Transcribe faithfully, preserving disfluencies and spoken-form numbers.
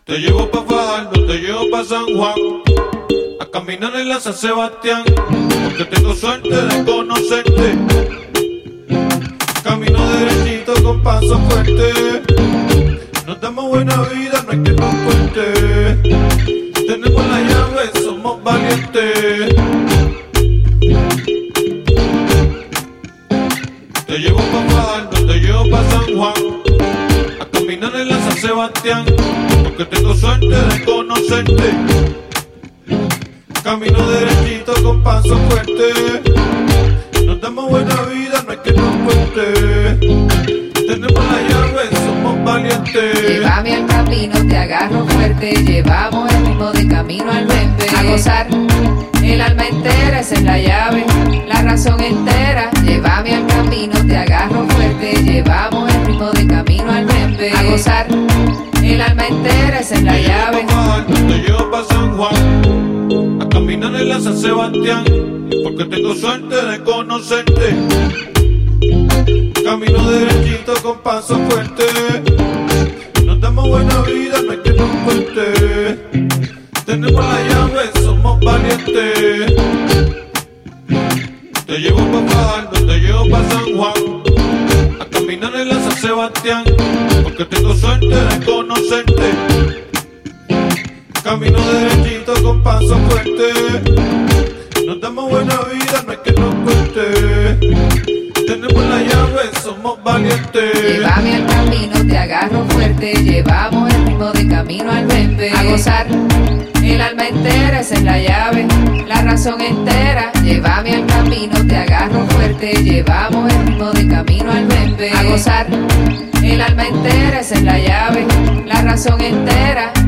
Te llevo pa' Fajardo, te llevo pa' San Juan, a caminar en la San Sebastián, porque tengo suerte de conocerte. Camino derechito con paso fuerte, nos damos buena vida, no hay que nos cuente. Tenemos la llave, somos valientes. Te llevo pa' Fajardo, te llevo pa' San Juan, a caminar en la San Sebastián, porque tengo suerte de conocerte. Camino derechito con paso fuerte, nos damos buena vida, no hay que nos cuente. Tenemos la llave, somos valientes. Llévame al camino, te agarro fuerte, llevamos el ritmo de camino al bembe. A gozar, el alma entera, esa es la llave, la razón entera. Llévame al camino, te agarro fuerte, llevamos el ritmo de camino al bembe. A gozar, el alma entera, esa es la llave. Te llevo pa' San Juan, a caminar en la San Sebastián, porque tengo suerte de conocerte. Camino derechito con paso fuerte, nos damos buena vida, no hay que nos cuente. Tenemos la llave, somos valientes. Te llevo pa' Fajardo, te llevo pa' San Juan, a caminar en la San Sebastián, porque tengo suerte de conocerte. Camino derechito con paso fuerte, nos damos buena vida, no hay que nos cuente. Tenemos la llave, somos valientes. Llévame al camino, te agarro fuerte, llevamos el ritmo de camino al bembe. A gozar, el alma entera, esa es la llave, la razón entera. Llévame al camino, te agarro fuerte, llevamos el ritmo de camino al bembe. A gozar, el alma entera, esa es la llave, la razón entera.